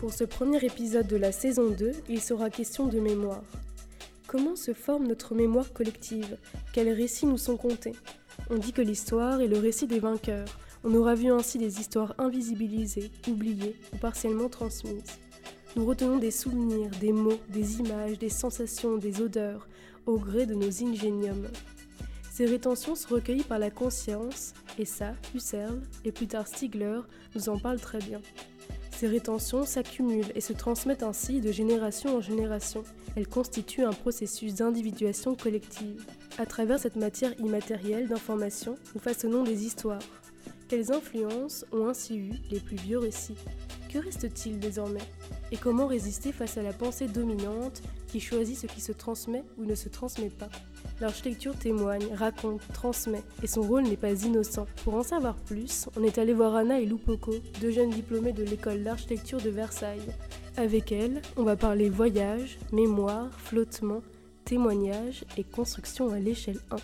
Pour ce premier épisode de la saison 2, il sera question de mémoire. Comment se forme notre mémoire collective ? Quels récits nous sont contés ? On dit que l'histoire est le récit des vainqueurs. On aura vu ainsi des histoires invisibilisées, oubliées ou partiellement transmises. Nous retenons des souvenirs, des mots, des images, des sensations, des odeurs, au gré de nos ingéniums. Ces rétentions sont recueillies par la conscience, et ça, Husserl et plus tard Stigler nous en parlent très bien. Ces rétentions s'accumulent et se transmettent ainsi de génération en génération. Elles constituent un processus d'individuation collective. À travers cette matière immatérielle d'information, nous façonnons des histoires. Quelles influences ont ainsi eu les plus vieux récits ? Que reste-t-il désormais ? Et comment résister face à la pensée dominante qui choisit ce qui se transmet ou ne se transmet pas ? L'architecture témoigne, raconte, transmet, et son rôle n'est pas innocent. Pour en savoir plus, on est allé voir Anna et Loupoko, deux jeunes diplômés de l'école d'architecture de Versailles. Avec elles, on va parler voyage, mémoire, flottement, témoignage et construction à l'échelle 1.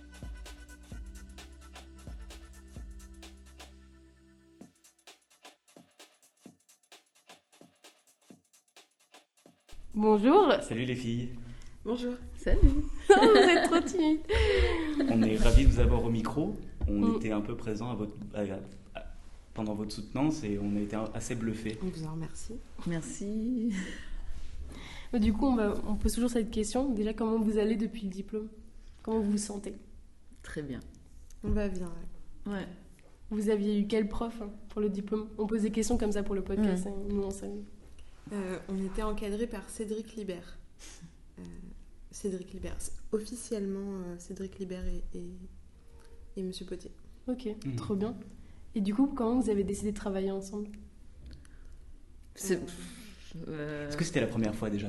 Bonjour. Salut les filles. Bonjour. Salut. Vous êtes trop timides. On est ravis de vous avoir au micro. On était un peu présents pendant votre soutenance et on a été assez bluffés. On vous en remercie. Merci. Du coup, on pose toujours cette question. Déjà, comment vous allez depuis le diplôme ? Comment vous vous sentez ? Très bien. On va bien, ouais. Vous aviez eu quel prof pour le diplôme ? On pose des questions comme ça pour le podcast. Nous, on savait. On était encadré par Cédric Libert. Officiellement, Cédric Libert et Monsieur Potier. Ok, trop bien. Et du coup, comment vous avez décidé de travailler ensemble ? Est-ce que c'était la première fois déjà ?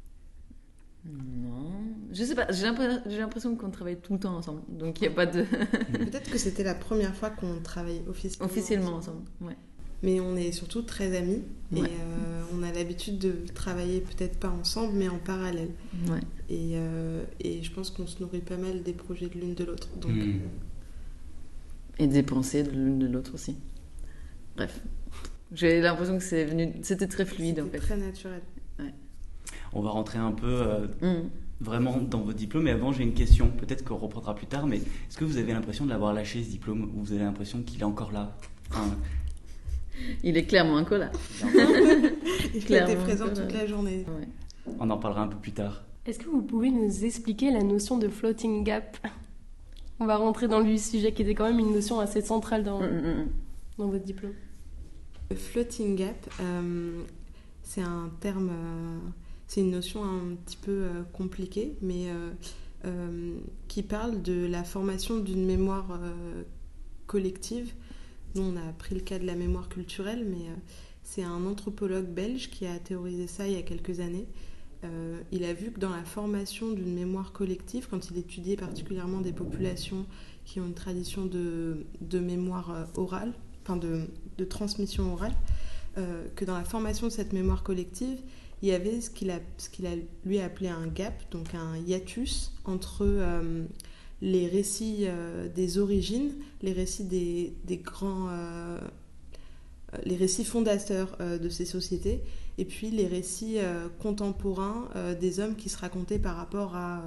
Non, je sais pas. J'ai l'impression qu'on travaille tout le temps ensemble, donc il n'y a pas de. Peut-être que c'était la première fois qu'on travaille officiellement ensemble. Ouais. Mais on est surtout très amis et Ouais. on a l'habitude de travailler peut-être pas ensemble, mais en parallèle. Ouais. Et je pense qu'on se nourrit pas mal des projets de l'une de l'autre. Donc, Et des pensées de l'une de l'autre aussi. Bref, j'ai l'impression que c'était très fluide en fait. Très naturel. Ouais. On va rentrer un peu vraiment dans vos diplômes. Mais avant, j'ai une question. Peut-être qu'on reprendra plus tard. Mais est-ce que vous avez l'impression de l'avoir lâché ce diplôme ou vous avez l'impression qu'il est encore là ? Il est clairement encore là. Il était présent toute la journée. Ouais. On en parlera un peu plus tard. Est-ce que vous pouvez nous expliquer la notion de floating gap ? On va rentrer dans le sujet qui était quand même une notion assez centrale dans votre diplôme. Le floating gap, c'est un terme, c'est une notion un petit peu compliquée, mais qui parle de la formation d'une mémoire collective. Nous, on a pris le cas de la mémoire culturelle, mais c'est un anthropologue belge qui a théorisé ça il y a quelques années. Il a vu que dans la formation d'une mémoire collective, quand il étudiait particulièrement des populations qui ont une tradition de mémoire orale, enfin de transmission orale, que dans la formation de cette mémoire collective, il y avait ce qu'il a lui appelé un gap, donc un hiatus entre les récits des origines, les récits des grands... les récits fondateurs de ces sociétés, et puis les récits contemporains des hommes qui se racontaient par rapport à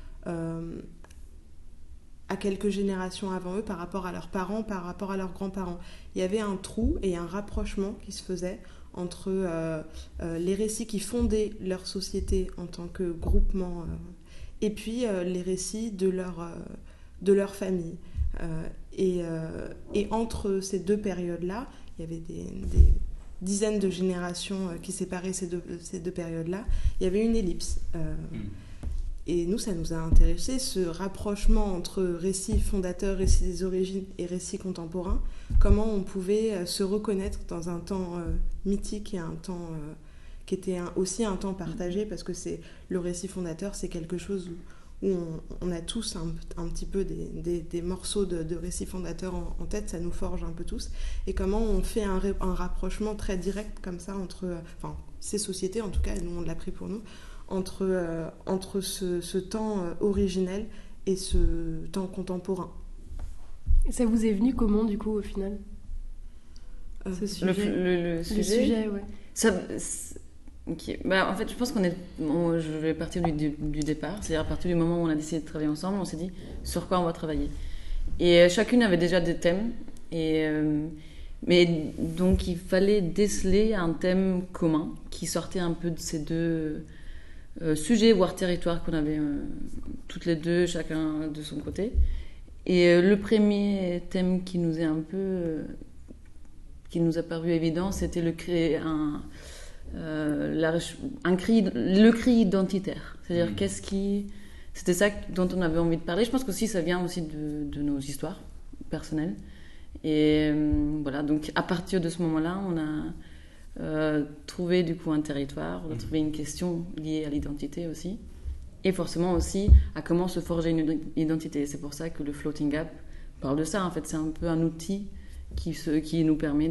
quelques générations avant eux, par rapport à leurs parents, par rapport à leurs grands-parents. Il y avait un trou et un rapprochement qui se faisait entre les récits qui fondaient leur société en tant que groupement, et puis les récits de leur famille. Et entre ces deux périodes-là, il y avait des dizaines de générations qui séparaient ces deux périodes-là. Il y avait une ellipse. Et nous, ça nous a intéressé, ce rapprochement entre récits fondateurs, récits des origines et récits contemporains. Comment on pouvait se reconnaître dans un temps mythique et un temps qui était aussi un temps partagé, parce que le récit fondateur, c'est quelque chose où on a tous un petit peu des morceaux de récits fondateurs en tête, ça nous forge un peu tous. Et comment on fait un rapprochement très direct comme ça entre ces sociétés, en tout cas, nous on l'a pris pour nous, entre ce temps originel et ce temps contemporain. Et ça vous est venu comment, du coup, au final, ce sujet ? Le sujet, ouais. Ok. Bah, en fait, je pense je vais partir du départ, c'est-à-dire à partir du moment où on a décidé de travailler ensemble, on s'est dit sur quoi on va travailler. Et chacune avait déjà des thèmes, mais donc il fallait déceler un thème commun qui sortait un peu de ces deux sujets, voire territoires qu'on avait toutes les deux, chacun de son côté. Et le premier thème qui nous a paru évident, c'était le cri identitaire. C'est-à-dire c'était ça dont on avait envie de parler. Je pense qu'aussi ça vient aussi de nos histoires personnelles. Et voilà, donc à partir de ce moment-là, on a trouvé du coup un territoire, on a trouvé une question liée à l'identité aussi. Et forcément aussi à comment se forger une identité. C'est pour ça que le Floating Gap parle de ça. En fait, c'est un peu un outil qui nous permet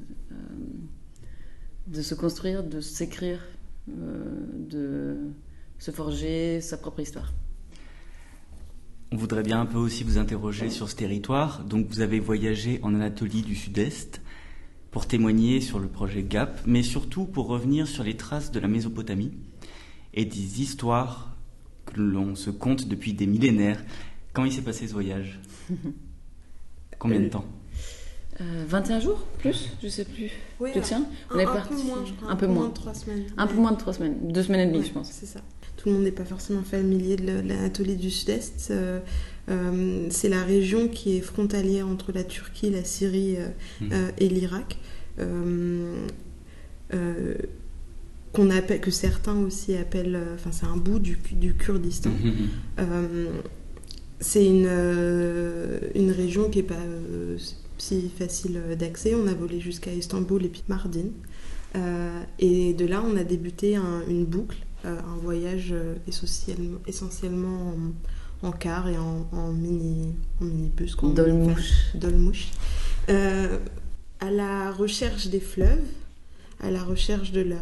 de se construire, de s'écrire, de se forger sa propre histoire. On voudrait bien un peu aussi vous interroger sur ce territoire. Donc vous avez voyagé en Anatolie du Sud-Est pour témoigner sur le projet GAP, mais surtout pour revenir sur les traces de la Mésopotamie et des histoires que l'on se conte depuis des millénaires. Comment il s'est passé ce voyage? Combien de temps? 21 jours, plus, je sais plus. Oui, le tien? On est parti peu moins, je crois. Un peu moins de 3 semaines. Un peu moins de 3 semaines. 2 semaines et demie, Ouais, je pense. C'est ça. Tout le monde n'est pas forcément familier de l'Anatolie du Sud-Est. C'est la région qui est frontalière entre la Turquie, la Syrie et l'Irak. Que certains aussi appellent... Enfin, c'est un bout du Kurdistan. C'est une région qui n'est pas si facile d'accès. On a volé jusqu'à Istanbul et puis Mardin. Et de là, on a débuté une boucle, un voyage essentiellement en car et en minibus. Dolmouche. À la recherche des fleuves, à la recherche de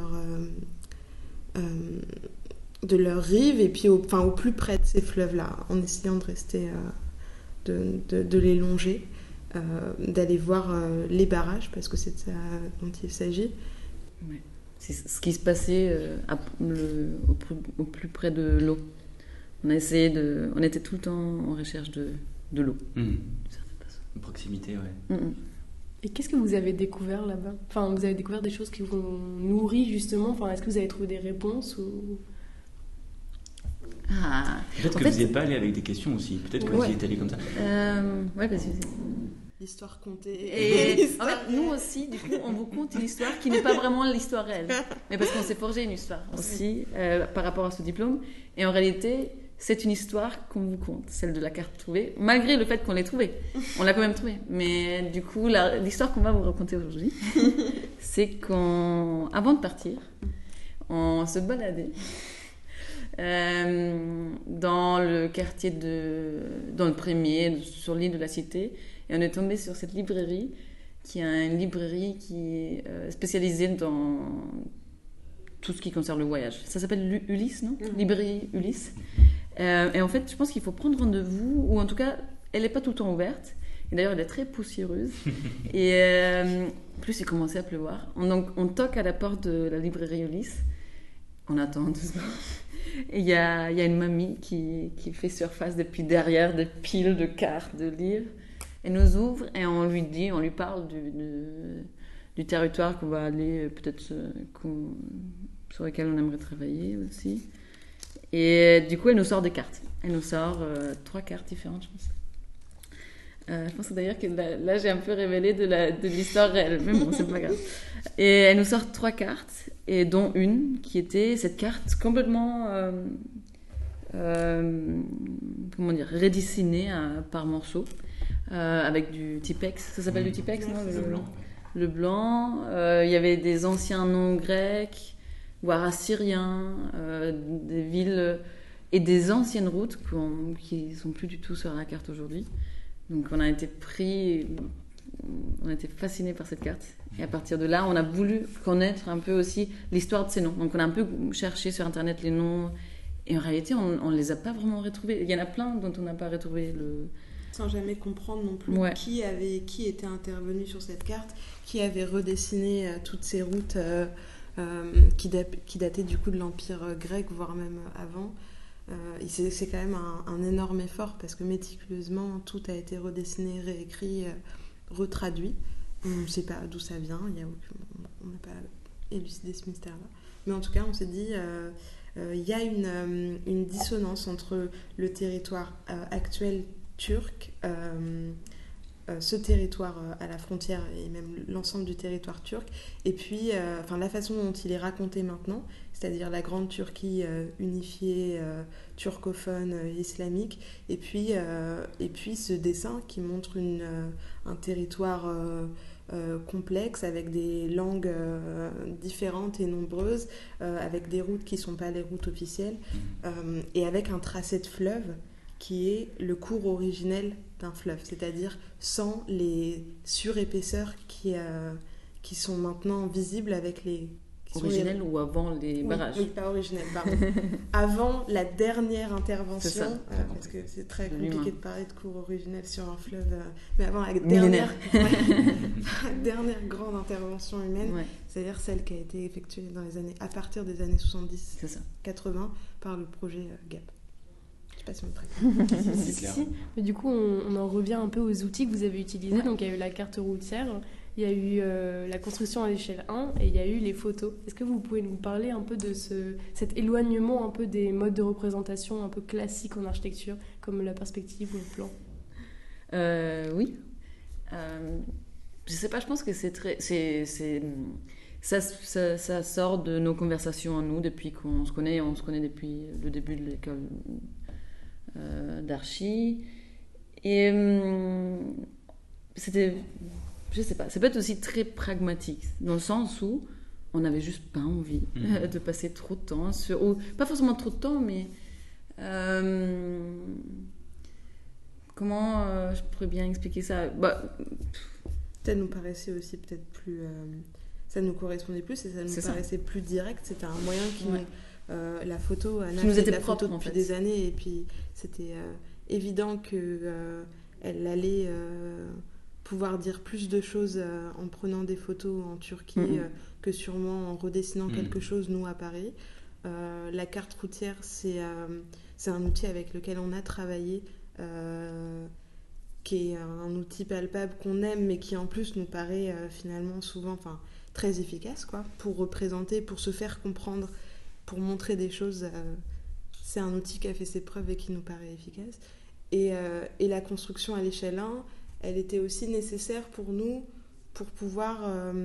leurs rives et puis au plus près de ces fleuves-là, en essayant de rester, de les longer, d'aller voir les barrages, parce que c'est de ça dont il s'agit. Ouais. C'est ce qui se passait au plus près de l'eau. On était tout le temps en recherche de l'eau. Une proximité, ouais. Et qu'est-ce que vous avez découvert là-bas? Enfin, vous avez découvert des choses qui vous ont nourri justement. Enfin, est-ce que vous avez trouvé des réponses ou... Peut-être que vous n'y êtes pas allé avec des questions aussi. Peut-être que vous y êtes allé comme ça. Ouais, parce que l'histoire contée. Et en fait, nous aussi, du coup, on vous conte une histoire qui n'est pas vraiment l'histoire réelle. Mais parce qu'on s'est forgé une histoire aussi par rapport à ce diplôme. Et en réalité, c'est une histoire qu'on vous conte, celle de la carte trouvée, malgré le fait qu'on l'ait trouvée. On l'a quand même trouvée. Mais du coup, l'histoire qu'on va vous raconter aujourd'hui, c'est qu'avant de partir, on se baladait dans le quartier dans le premier, sur l'île de la Cité, et on est tombé sur cette librairie, qui est une librairie qui est spécialisée dans tout ce qui concerne le voyage. Ça s'appelle Ulysse, non? Librairie Ulysse. Et en fait, je pense qu'il faut prendre rendez-vous, ou en tout cas, elle n'est pas tout le temps ouverte. Et d'ailleurs, elle est très poussiéreuse. Et en plus, il commençait à pleuvoir. Donc, on toque à la porte de la librairie Ulysse. On attend 2 secondes. Et il y a une mamie qui fait surface depuis derrière des piles de cartes, de livres. Elle nous ouvre et on lui parle du territoire qu'on va aller, peut-être sur lequel on aimerait travailler aussi. Et du coup, elle nous sort des cartes. Elle nous sort 3 cartes différentes, je pense. Je pense d'ailleurs que là, j'ai un peu révélé de l'histoire réelle, mais bon, c'est pas grave. Et elle nous sort 3 cartes, et dont une qui était cette carte complètement, redessinée par morceaux, avec du Tipex. Ça s'appelle du Tipex, non? Le blanc. Il y avait des anciens noms grecs, voire assyriens, des villes et des anciennes routes qui sont plus du tout sur la carte aujourd'hui. Donc on a été fascinés par cette carte. Et à partir de là, on a voulu connaître un peu aussi l'histoire de ces noms. Donc on a un peu cherché sur Internet les noms. Et en réalité, on ne les a pas vraiment retrouvés. Il y en a plein dont on n'a pas retrouvé sans jamais comprendre non plus qui était intervenu sur cette carte, qui avait redessiné toutes ces routes qui datait du coup de l'Empire grec, voire même avant. C'est quand même un énorme effort parce que méticuleusement, tout a été redessiné, réécrit, retraduit. On ne sait pas d'où ça vient, on n'a pas élucidé ce mystère-là. Mais en tout cas, on s'est dit, il y a une dissonance entre le territoire actuel turc, ce territoire à la frontière et même l'ensemble du territoire turc, et puis la façon dont il est raconté maintenant, c'est-à-dire la grande Turquie unifiée, turcophone, islamique, et puis ce dessin qui montre un territoire complexe avec des langues différentes et nombreuses, avec des routes qui ne sont pas les routes officielles, et avec un tracé de fleuve qui est le cours originel d'un fleuve, c'est-à-dire sans les surépaisseurs qui sont maintenant visibles avec les... Originel ou avant les barrages? Oui, pas originel, pardon. Avant la dernière intervention, c'est ça. parce que c'est très L'humain. compliqué de parler de cours originel sur un fleuve, mais avant la Millénaire. dernière grande intervention humaine, Ouais, c'est-à-dire celle qui a été effectuée à partir des années 70-80 c'est ça. par le projet GAP. Je sais pas si on me traite. C'est clair. Si, mais du coup, on en revient un peu aux outils que vous avez utilisés. Ouais. Donc, il y a eu la carte routière, il y a eu la construction à l'échelle 1 et il y a eu les photos. Est-ce que vous pouvez nous parler un peu de cet éloignement un peu des modes de représentation un peu classiques en architecture, comme la perspective ou le plan? Oui. Je sais pas, je pense que ça sort de nos conversations à nous depuis qu'on se connaît. On se connaît depuis le début de l'école d'archi. Et c'était, je sais pas, ça peut être aussi très pragmatique, dans le sens où on n'avait juste pas envie de passer trop de temps ou pas forcément trop de temps, mais comment je pourrais bien expliquer ça? Ça nous paraissait aussi peut-être plus... ça nous correspondait plus et ça nous paraissait plus direct. C'était un moyen qui la photo, Anna nous fait était de la propre, photo en depuis fait. des années et puis c'était évident que elle allait pouvoir dire plus de choses en prenant des photos en Turquie que sûrement en redessinant quelque chose nous à Paris. La carte routière, c'est un outil avec lequel on a travaillé, qui est un outil palpable qu'on aime mais qui en plus nous paraît finalement souvent très efficace quoi, pour représenter, pour se faire comprendre, pour montrer des choses. C'est un outil qui a fait ses preuves et qui nous paraît efficace. Et la construction à l'échelle 1, elle était aussi nécessaire pour nous pour pouvoir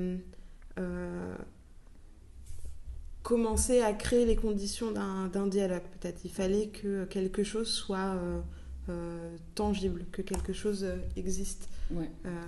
commencer à créer les conditions d'un dialogue peut-être. Il fallait que quelque chose soit tangible, que quelque chose existe. Ouais.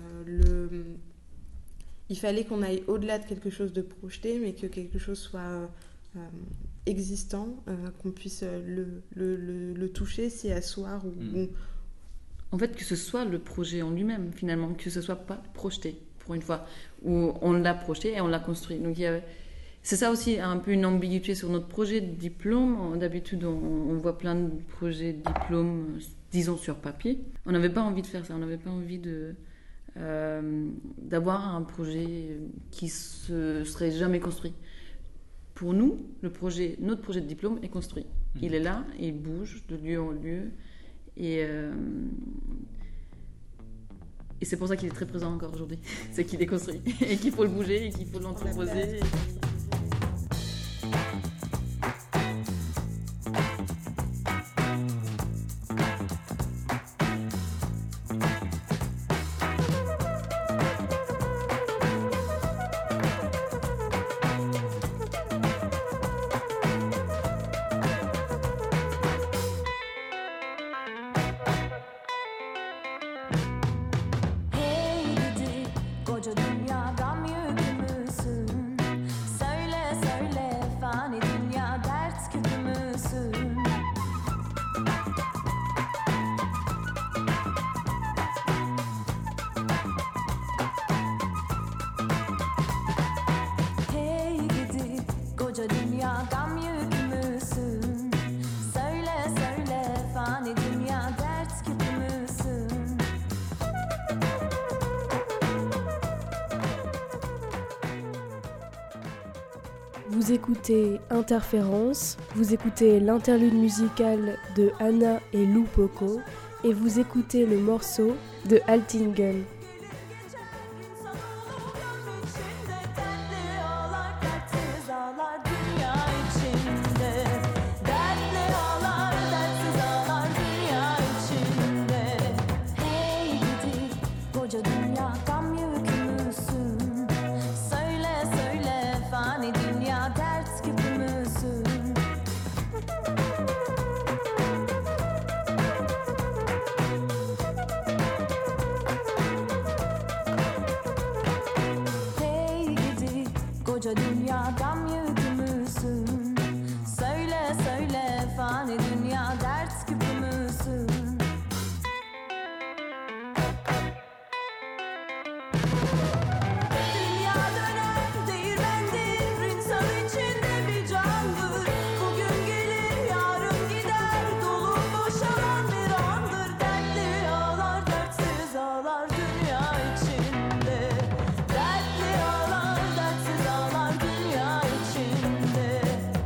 Il fallait qu'on aille au-delà de quelque chose de projeté, mais que quelque chose soit existant, qu'on puisse le toucher, s'y asseoir. En fait, que ce soit le projet en lui-même, finalement, que ce soit pas projeté, pour une fois, où on l'a projeté et on l'a construit. Donc, c'est ça aussi, un peu une ambiguïté sur notre projet de diplôme. D'habitude, on voit plein de projets de diplôme, disons, sur papier. On n'avait pas envie de faire ça, on n'avait pas envie d'avoir un projet qui serait jamais construit. Pour nous, notre projet de diplôme est construit. Il est là, il bouge de lieu en lieu, et c'est pour ça qu'il est très présent encore aujourd'hui. C'est qu'il est construit, et qu'il faut le bouger, et qu'il faut l'entreposer. Hey gidi koca dünya gam yükümüzsün. Söyle söyle fani dünya dert küpümüzsün. Hey gidi koca dünya gam yükümüzsün. Söyle söyle fani dünya dert küpümüzsün. Vous écoutez Interférence, vous écoutez l'interlude musical de Anna et Lou Poco et vous écoutez le morceau de Altingen. Koca dünya gam yükü müsün? Söyle söyle fani dünya dert küpü müsün? Dünya döner değirmendir, insan içinde bir candır. Bugün gelir yarın gider, dolu boşalan bir andır. Dertli ağlar dertsiz ağlar dünya içinde. Dertli ağlar dertsiz ağlar dünya içinde.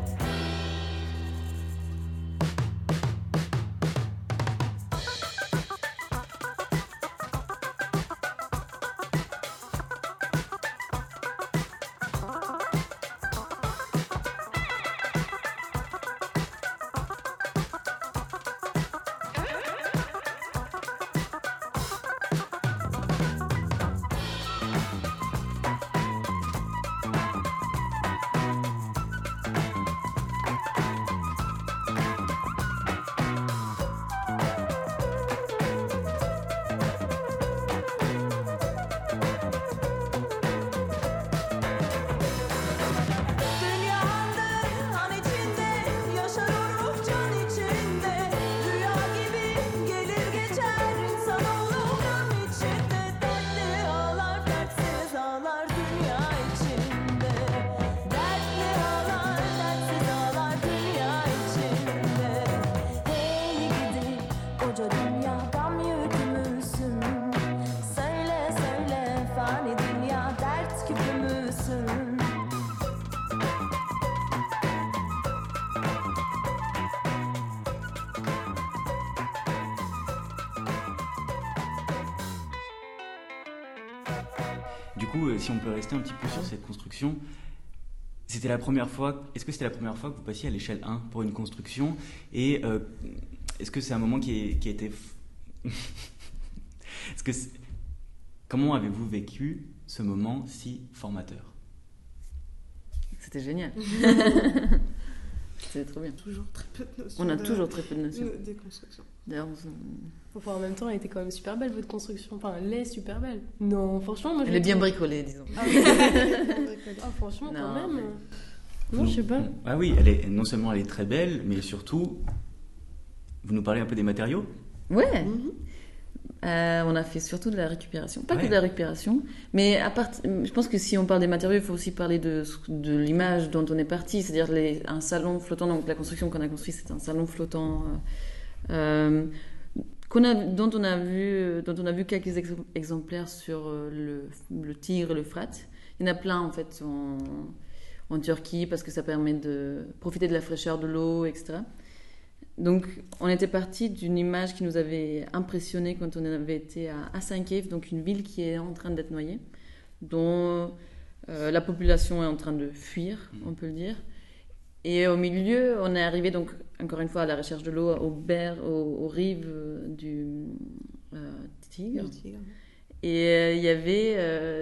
Dünyandır han içinde, yaşar o ruh can içinde. Rüya gibi gelir geçer, insanoğlu gam içinde. Dertli ağlar dertsiz ağlar dünya içinde. Dertli ağlar dertsiz ağlar dünya içinde. Hey gidi koca dünya gam yükü müsün? Söyle söyle fani dünya dert küpü müsün? Du coup, si on peut rester un petit peu sur cette construction, c'était la première fois. Est-ce que c'était la première fois que vous passiez à l'échelle 1 pour une construction? Et est-ce que c'est un moment qui a été. Est-ce que comment avez-vous vécu ce moment si formateur? C'était génial. C'était trop bien. Toujours très peu de notions. On a toujours très peu de notions. Des constructions. D'ailleurs, Enfin, en même temps, elle était quand même super belle, votre construction. Enfin, elle est super belle. Non, franchement, moi, je elle est bien trouve- bricolée, disons. Ah, ah, franchement, quand Non, même. mais- Non, je sais pas. Ah oui, elle est, non seulement elle est très belle, mais surtout, vous nous parlez un peu des matériaux? Ouais. Mhm. On a fait surtout de la récupération. Pas Ouais. que de la récupération, mais je pense que si on parle des matériaux, il faut aussi parler de l'image dont on est parti, c'est-à-dire un salon flottant. Donc la construction qu'on a construite, c'est un salon flottant dont on a vu quelques exemplaires sur le Tigre et l'Euphrate. Il y en a plein en fait en Turquie parce que ça permet de profiter de la fraîcheur de l'eau, etc. Donc, on était parti d'une image qui nous avait impressionné quand on avait été à Hasankeyf, donc une ville qui est en train d'être noyée, dont la population est en train de fuir, on peut le dire. Et au milieu, on est arrivé donc encore une fois à la recherche de l'eau aux rives du Tigre. Le tigre. Et il y avait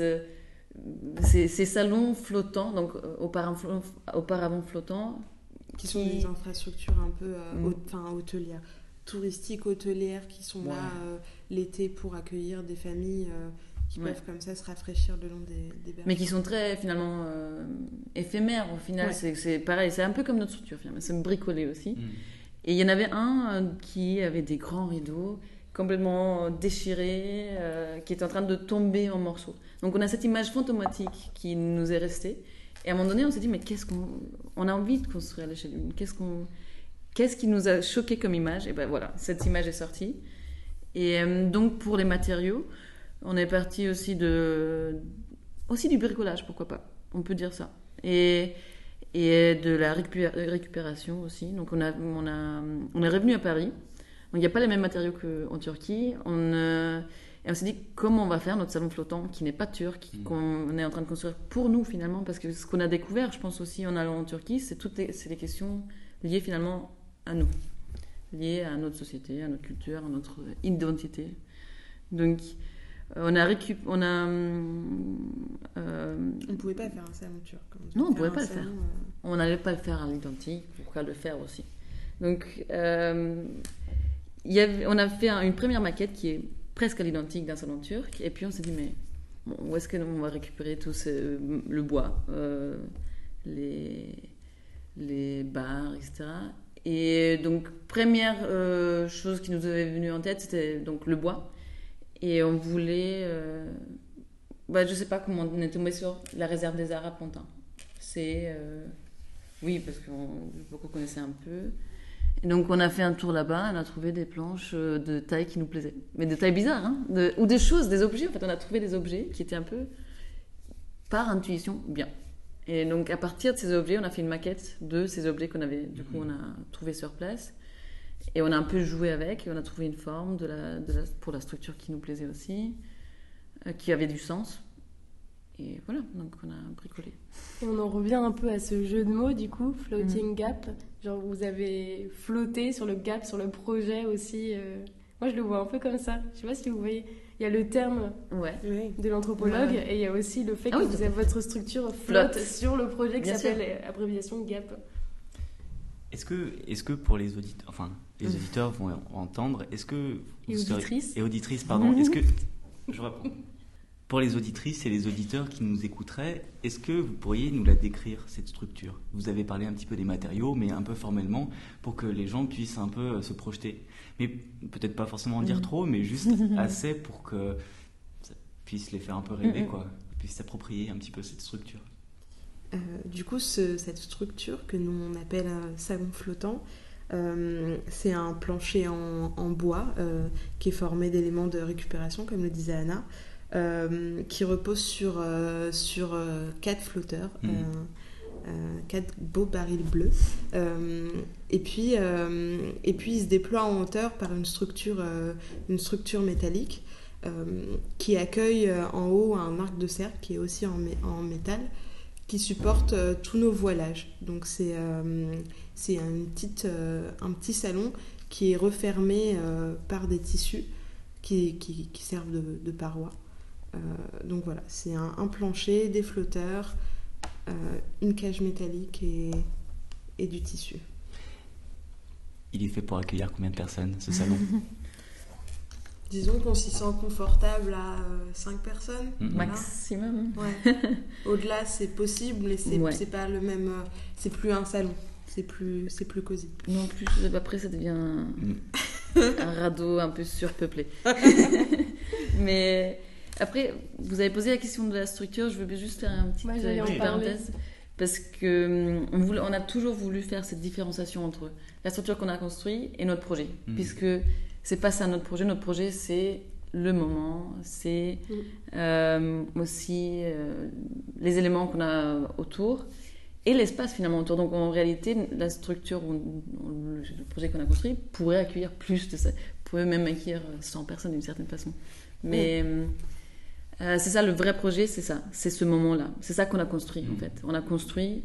ces salons flottants, donc auparavant flottants. Qui sont des infrastructures un peu hôtelières, touristiques, hôtelières, qui sont là l'été pour accueillir des familles qui peuvent comme ça se rafraîchir le long des berges. Mais qui sont très finalement éphémères au final. Ouais. C'est pareil, c'est un peu comme notre structure finalement, c'est bricolé aussi. Et il y en avait un qui avait des grands rideaux complètement déchirés, qui était en train de tomber en morceaux. Donc on a cette image fantomatique qui nous est restée. Et à un moment donné, on s'est dit, mais on a envie de construire à l'échelle 1. Qu'est-ce qui nous a choqué comme image? Et ben voilà, cette image est sortie. Et donc pour les matériaux, on est parti aussi du bricolage, pourquoi pas. On peut dire ça. Et de la récupération aussi. Donc on est revenu à Paris. Donc il n'y a pas les mêmes matériaux qu'en Turquie. Et on s'est dit comment on va faire notre salon flottant qui n'est pas turc, qu'on est en train de construire pour nous finalement, parce que ce qu'on a découvert, je pense aussi en allant en Turquie, c'est des questions liées finalement à nous, liées à notre société, à notre culture, à notre identité. Donc on pouvait pas faire un salon turc. Non, on pouvait pas le faire. On n'allait pas le faire à l'identique. Pourquoi le faire aussi? Donc on a fait une première maquette qui est presque à l'identique d'un salon turc. Et puis on s'est dit, mais où est-ce qu'on va récupérer tout le bois, les barres, etc. Et donc, première chose qui nous avait venue en tête, c'était donc le bois. Et on voulait... je sais pas comment on est tombé sur la réserve des Arts à Pantin. Oui, parce que beaucoup connaissaient un peu. Et donc on a fait un tour là-bas, on a trouvé des planches de taille qui nous plaisaient. Mais de taille bizarre, hein, ou des choses, des objets. En fait, on a trouvé des objets qui étaient un peu, par intuition, bien. Et donc à partir de ces objets, on a fait une maquette de ces objets qu'on avait, du coup, on a trouvé sur place. Et on a un peu joué avec, et on a trouvé une forme pour la structure qui nous plaisait aussi, qui avait du sens. Et voilà, donc on a bricolé. Et on en revient un peu à ce jeu de mots, du coup, floating gap. Genre, vous avez flotté sur le gap, sur le projet aussi. Moi, je le vois un peu comme ça. Je sais pas si vous voyez. Il y a le terme de l'anthropologue et il y a aussi le fait que votre structure flotte sur le projet qui s'appelle abréviation GAP. Est-ce que pour les auditeurs, les auditeurs vont entendre, est-ce que... Et auditrices, pardon. Est-ce que... Je reprends. Pour les auditrices et les auditeurs qui nous écouteraient, est-ce que vous pourriez nous la décrire, cette structure? Vous avez parlé un petit peu des matériaux, mais un peu formellement, pour que les gens puissent un peu se projeter. Mais peut-être pas forcément en dire trop, mais juste assez pour que ça puisse les faire un peu rêver, quoi. Ils puissent s'approprier un petit peu cette structure. Du coup, cette structure que nous on appelle salon flottant, c'est un plancher en bois qui est formé d'éléments de récupération, comme le disait Anna. Qui repose sur 4 flotteurs, 4 beaux barils bleus. Et puis il se déploie en hauteur par une structure métallique qui accueille en haut un arc de cercle qui est aussi en métal, qui supporte tous nos voilages. Donc c'est un petit salon qui est refermé par des tissus qui servent de parois. Donc voilà, c'est un plancher, des flotteurs, une cage métallique et du tissu. Il est fait pour accueillir combien de personnes, ce salon? Disons qu'on s'y sent confortable à 5 personnes. Maximum. Ouais. Au-delà, c'est possible, mais c'est pas le même... c'est plus un salon, c'est plus cosy. Non plus, après ça devient un radeau un peu surpeuplé. Mais... Après, vous avez posé la question de la structure, je veux juste faire une petite parenthèse. Parce qu'on a toujours voulu faire cette différenciation entre la structure qu'on a construite et notre projet. Puisque c'est pas ça notre projet. Notre projet, c'est le moment, c'est aussi les éléments qu'on a autour et l'espace finalement autour. Donc en réalité, la structure, le projet qu'on a construit pourrait accueillir plus de ça. Pourrait même accueillir 100 personnes d'une certaine façon. Mais... c'est ça, le vrai projet, c'est ça. C'est ce moment-là. C'est ça qu'on a construit, en fait. On a construit...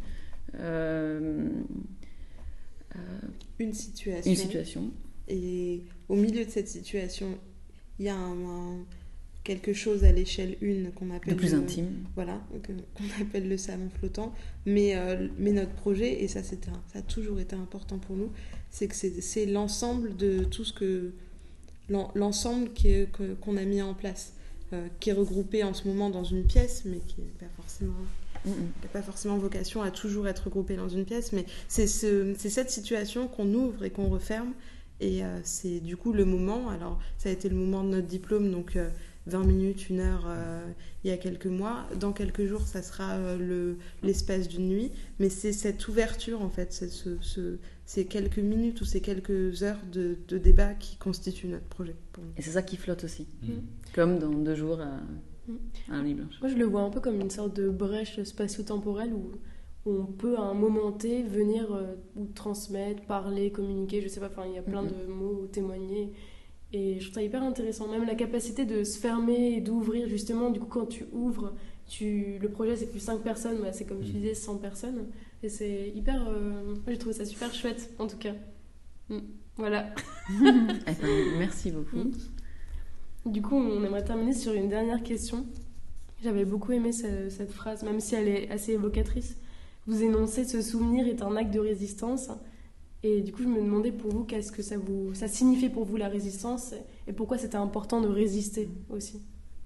une situation. Et au milieu de cette situation, il y a quelque chose à l'échelle 1 qu'on appelle... De plus intime. Voilà, qu'on appelle le salon flottant. Mais notre projet, et ça a toujours été important pour nous, c'est que c'est l'ensemble de tout ce que... L'ensemble qu'on a mis en place. Qui est regroupé en ce moment dans une pièce, mais qui n'a pas forcément vocation à toujours être regroupé dans une pièce, mais c'est cette situation qu'on ouvre et qu'on referme, et c'est du coup le moment. Alors ça a été le moment de notre diplôme, donc 20 minutes, 1 heure il y a quelques mois. Dans quelques jours, ça sera l'espace d'une nuit, mais c'est cette ouverture en fait, ces quelques minutes ou ces quelques heures de débat qui constituent notre projet. Et c'est ça qui flotte aussi, comme dans 2 jours à un lit blanche. Moi, je le vois un peu comme une sorte de brèche spatio-temporelle où où on peut à un moment T venir ou transmettre, parler, communiquer, je sais pas, il y a plein de mots, témoigner. Et je trouve ça hyper intéressant. Même la capacité de se fermer et d'ouvrir, justement, du coup, quand tu ouvres, le projet, c'est plus 5 personnes, c'est comme tu disais, 100 personnes. Et c'est hyper... moi, j'ai trouvé ça super chouette, en tout cas. Voilà. Merci beaucoup. Du coup, on aimerait terminer sur une dernière question. J'avais beaucoup aimé cette phrase, même si elle est assez évocatrice. Vous énoncez « ce souvenir est un acte de résistance ». Et du coup, je me demandais pour vous, qu'est-ce que ça signifiait pour vous la résistance et pourquoi c'était important de résister aussi.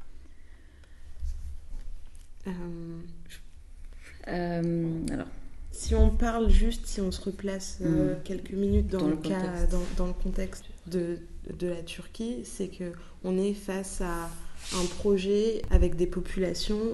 Alors, si on parle juste, si on se replace quelques minutes dans le contexte de la Turquie, c'est qu'on est face à un projet avec des populations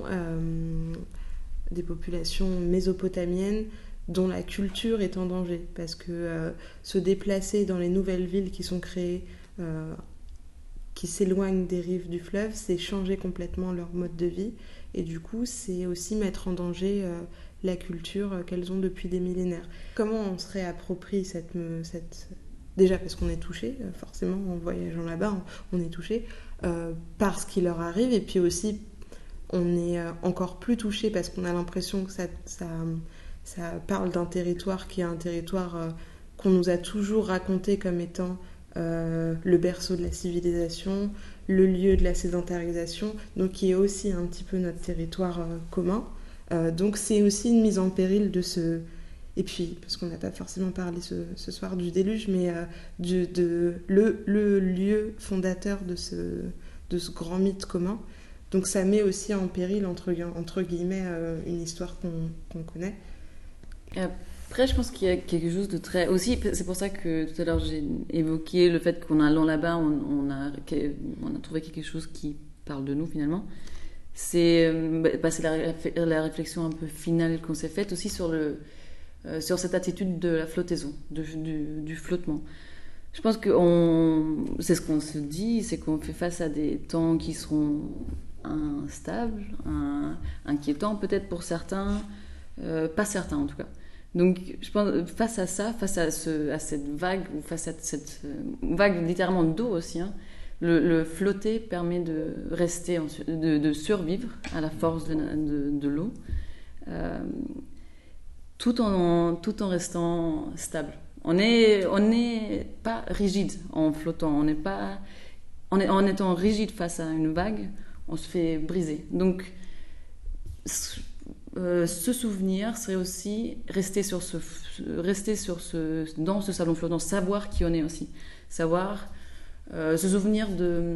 mésopotamiennes dont la culture est en danger, parce que se déplacer dans les nouvelles villes qui sont créées, qui s'éloignent des rives du fleuve, c'est changer complètement leur mode de vie, et du coup c'est aussi mettre en danger la culture qu'elles ont depuis des millénaires. Comment on se réapproprie cette... Déjà parce qu'on est touché, forcément en voyageant là-bas, on est touché par ce qui leur arrive, et puis aussi on est encore plus touché parce qu'on a l'impression que ça parle d'un territoire qui est un territoire qu'on nous a toujours raconté comme étant le berceau de la civilisation, le lieu de la sédentarisation, donc qui est aussi un petit peu notre territoire commun. Donc c'est aussi une mise en péril de ce... Et puis, parce qu'on n'a pas forcément parlé ce soir du déluge, mais le lieu fondateur de ce grand mythe commun. Donc ça met aussi en péril, entre guillemets, une histoire qu'on connaît. Après, je pense qu'il y a quelque chose de très... Aussi, c'est pour ça que tout à l'heure, j'ai évoqué le fait qu'en allant là-bas, on a trouvé quelque chose qui parle de nous, finalement. C'est la réflexion un peu finale qu'on s'est faite aussi sur sur cette attitude de la flottaison, du flottement. Je pense que c'est ce qu'on se dit, c'est qu'on fait face à des temps qui seront instables, inquiétants peut-être pour certains, pas certains en tout cas. Donc je pense face à ça, face à cette vague, ou face à cette vague littéralement d'eau aussi, le flotter permet de rester, de survivre à la force de l'eau, tout en restant stable. On n'est pas rigide en flottant, en étant rigide face à une vague, on se fait briser. Donc, ce souvenir serait aussi rester dans ce salon flottant, savoir qui on est aussi, savoir se souvenir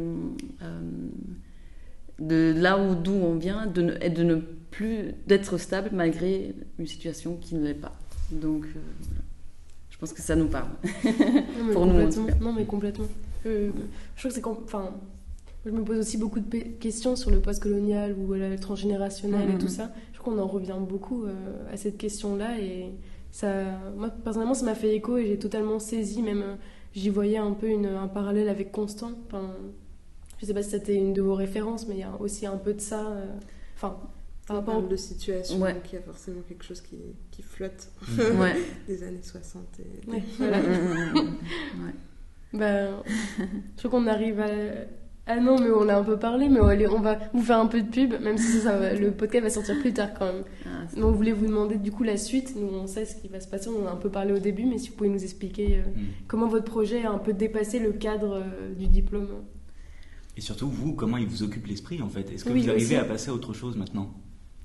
de là d'où on vient, et de ne plus d'être stable malgré une situation qui ne l'est pas. Donc, voilà. Je pense que ça nous parle. Pour nous, en tout cas. Non, mais complètement. Je trouve que je me pose aussi beaucoup de questions sur le post-colonial ou le transgénérationnel et tout ça. Je trouve qu'on en revient beaucoup à cette question-là. Et moi, personnellement, ça m'a fait écho et j'ai totalement saisi. Même, j'y voyais un peu un parallèle avec Constant. Je ne sais pas si c'était une de vos références, mais il y a aussi un peu de ça. Par rapport de situation, donc il y a forcément quelque chose qui flotte des années 60. Je crois qu'on arrive à... Ah non, mais on a un peu parlé, mais on va vous faire un peu de pub, même si le podcast va sortir plus tard quand même. Mais on voulait vous demander du coup la suite. Nous, on sait ce qui va se passer, on en a un peu parlé au début, mais si vous pouvez nous expliquer comment votre projet a un peu dépassé le cadre du diplôme. Et surtout, vous, comment il vous occupe l'esprit en fait ? Est-ce que vous arrivez à passer à autre chose maintenant ?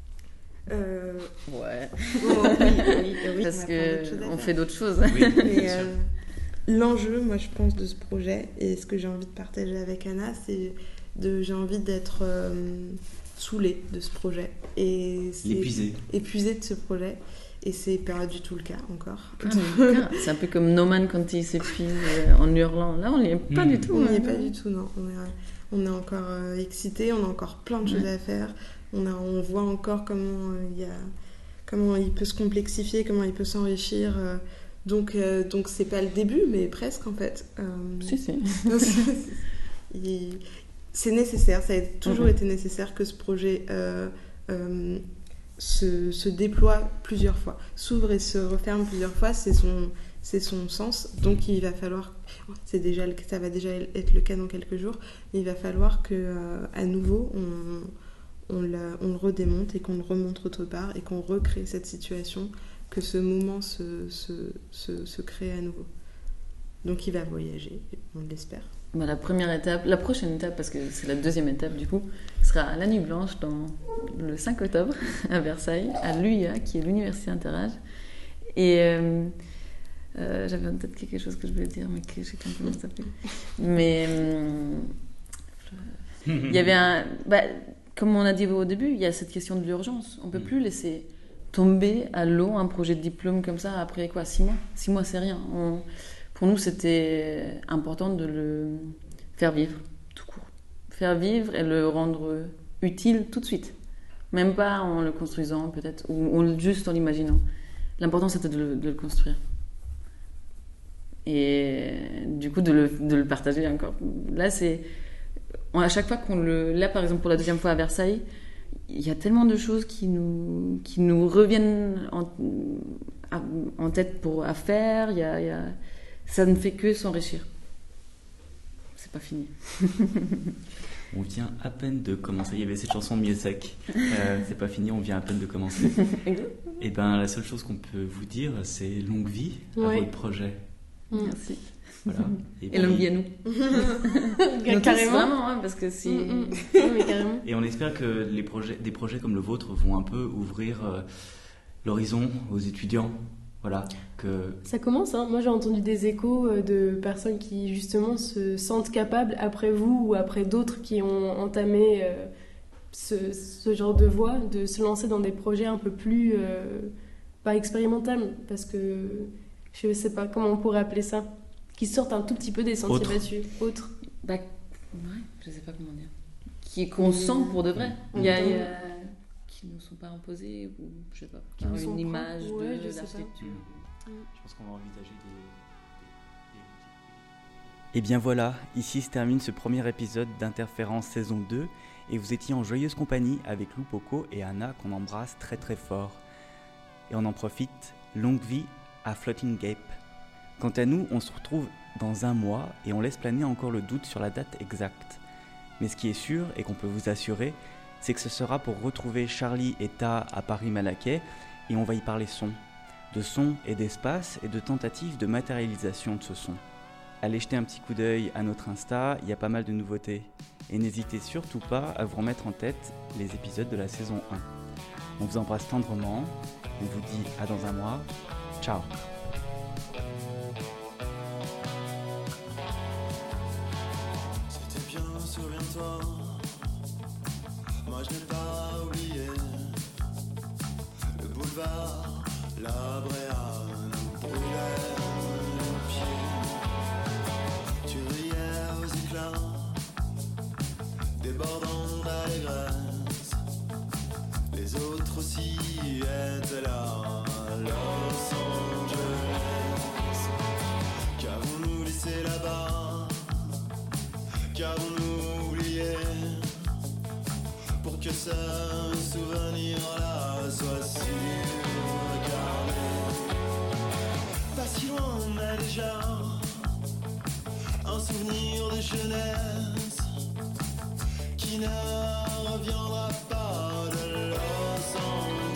Ouais. Oui, parce qu'on fait d'autres choses. Oui, mais l'enjeu, moi, je pense, de ce projet, et ce que j'ai envie de partager avec Anna, c'est j'ai envie d'être saoulée de ce projet. Et épuisée de ce projet. Et c'est pas du tout le cas encore. C'est un peu comme Noman quand il s'épuise en hurlant. Là, on n'y est pas du tout. On n'y est pas du tout, non. On est encore excités, on a encore plein de choses à faire. On voit encore comment il peut se complexifier, comment il peut s'enrichir. Donc c'est pas le début, mais presque en fait. Si. C'est nécessaire, ça a toujours été nécessaire que ce projet se déploie plusieurs fois, s'ouvre et se referme plusieurs fois, c'est son sens. Donc il va falloir, ça va déjà être le cas dans quelques jours, mais il va falloir que à nouveau on le redémonte et qu'on le remonte autre part et qu'on recrée cette situation, que ce moment se crée à nouveau. Donc il va voyager, on l'espère. La prochaine étape, parce que c'est la deuxième étape du coup, sera la Nuit Blanche le 5 octobre à Versailles, à l'UIA, qui est l'Université Interage. Et j'avais en tête quelque chose que je voulais dire, mais que j'ai complètement stoppé. Mais il y avait comme on a dit au début, il y a cette question de l'urgence. On ne peut plus laisser tomber à l'eau un projet de diplôme comme ça après 6 mois. 6 mois, c'est rien. Pour nous, c'était important de le faire vivre, tout court. Faire vivre et le rendre utile tout de suite. Même pas en le construisant, peut-être, ou juste en l'imaginant. L'important, c'était de le construire. Et du coup, de le partager encore. Là, à chaque fois là, par exemple, pour la deuxième fois à Versailles, il y a tellement de choses qui nous reviennent en tête à faire. Ça ne fait que s'enrichir. C'est pas fini. On vient à peine de commencer. Il y avait cette chanson de Miesak. C'est pas fini, on vient à peine de commencer. Et la seule chose qu'on peut vous dire, c'est longue vie à votre projet. Merci. Voilà. Et longue vie à nous. Nous carrément. Vraiment, hein, parce que si. Oui, carrément. Et on espère que des projets comme le vôtre vont un peu ouvrir l'horizon aux étudiants. Voilà, Ça commence, hein. Moi j'ai entendu des échos de personnes qui justement se sentent capables, après vous ou après d'autres qui ont entamé ce genre de voie, de se lancer dans des projets un peu plus pas expérimentaux, parce que je ne sais pas comment on pourrait appeler ça, qui sortent un tout petit peu des sentiers battus. Autres. Ouais, je ne sais pas comment dire. Qu'on sent pour de vrai. Il y a qui ne nous sont pas imposés, ou je sais pas, qui ont une image de l'architecture. Je pense qu'on va envisager des... Et bien voilà, ici se termine ce premier épisode d'Interférence saison 2, et vous étiez en joyeuse compagnie avec Lou Poco et Anna qu'on embrasse très très fort. Et on en profite, longue vie à Floating Gape. Quant à nous, on se retrouve dans 1 mois et on laisse planer encore le doute sur la date exacte. Mais ce qui est sûr et qu'on peut vous assurer, c'est que ce sera pour retrouver Charlie et Ta à Paris-Malaquais, et on va y parler son. De son et d'espace et de tentatives de matérialisation de ce son. Allez jeter un petit coup d'œil à notre Insta, il y a pas mal de nouveautés. Et n'hésitez surtout pas à vous remettre en tête les épisodes de la saison 1. On vous embrasse tendrement, on vous dit à dans 1 mois, ciao. C'était bien, souviens-toi. Moi je n'ai pas oublié le boulevard, la Bréa nous brûlait les pieds. Tu riais aux éclats, débordant d'allégresse. Les autres aussi étaient là, Los Angeles. Qu'avons-nous laissé là-bas? Qu'avons-nous oublié? Pour que ce souvenir-là soit si regardé. Pas si loin, mais déjà un souvenir de jeunesse qui ne reviendra pas de Los Angeles.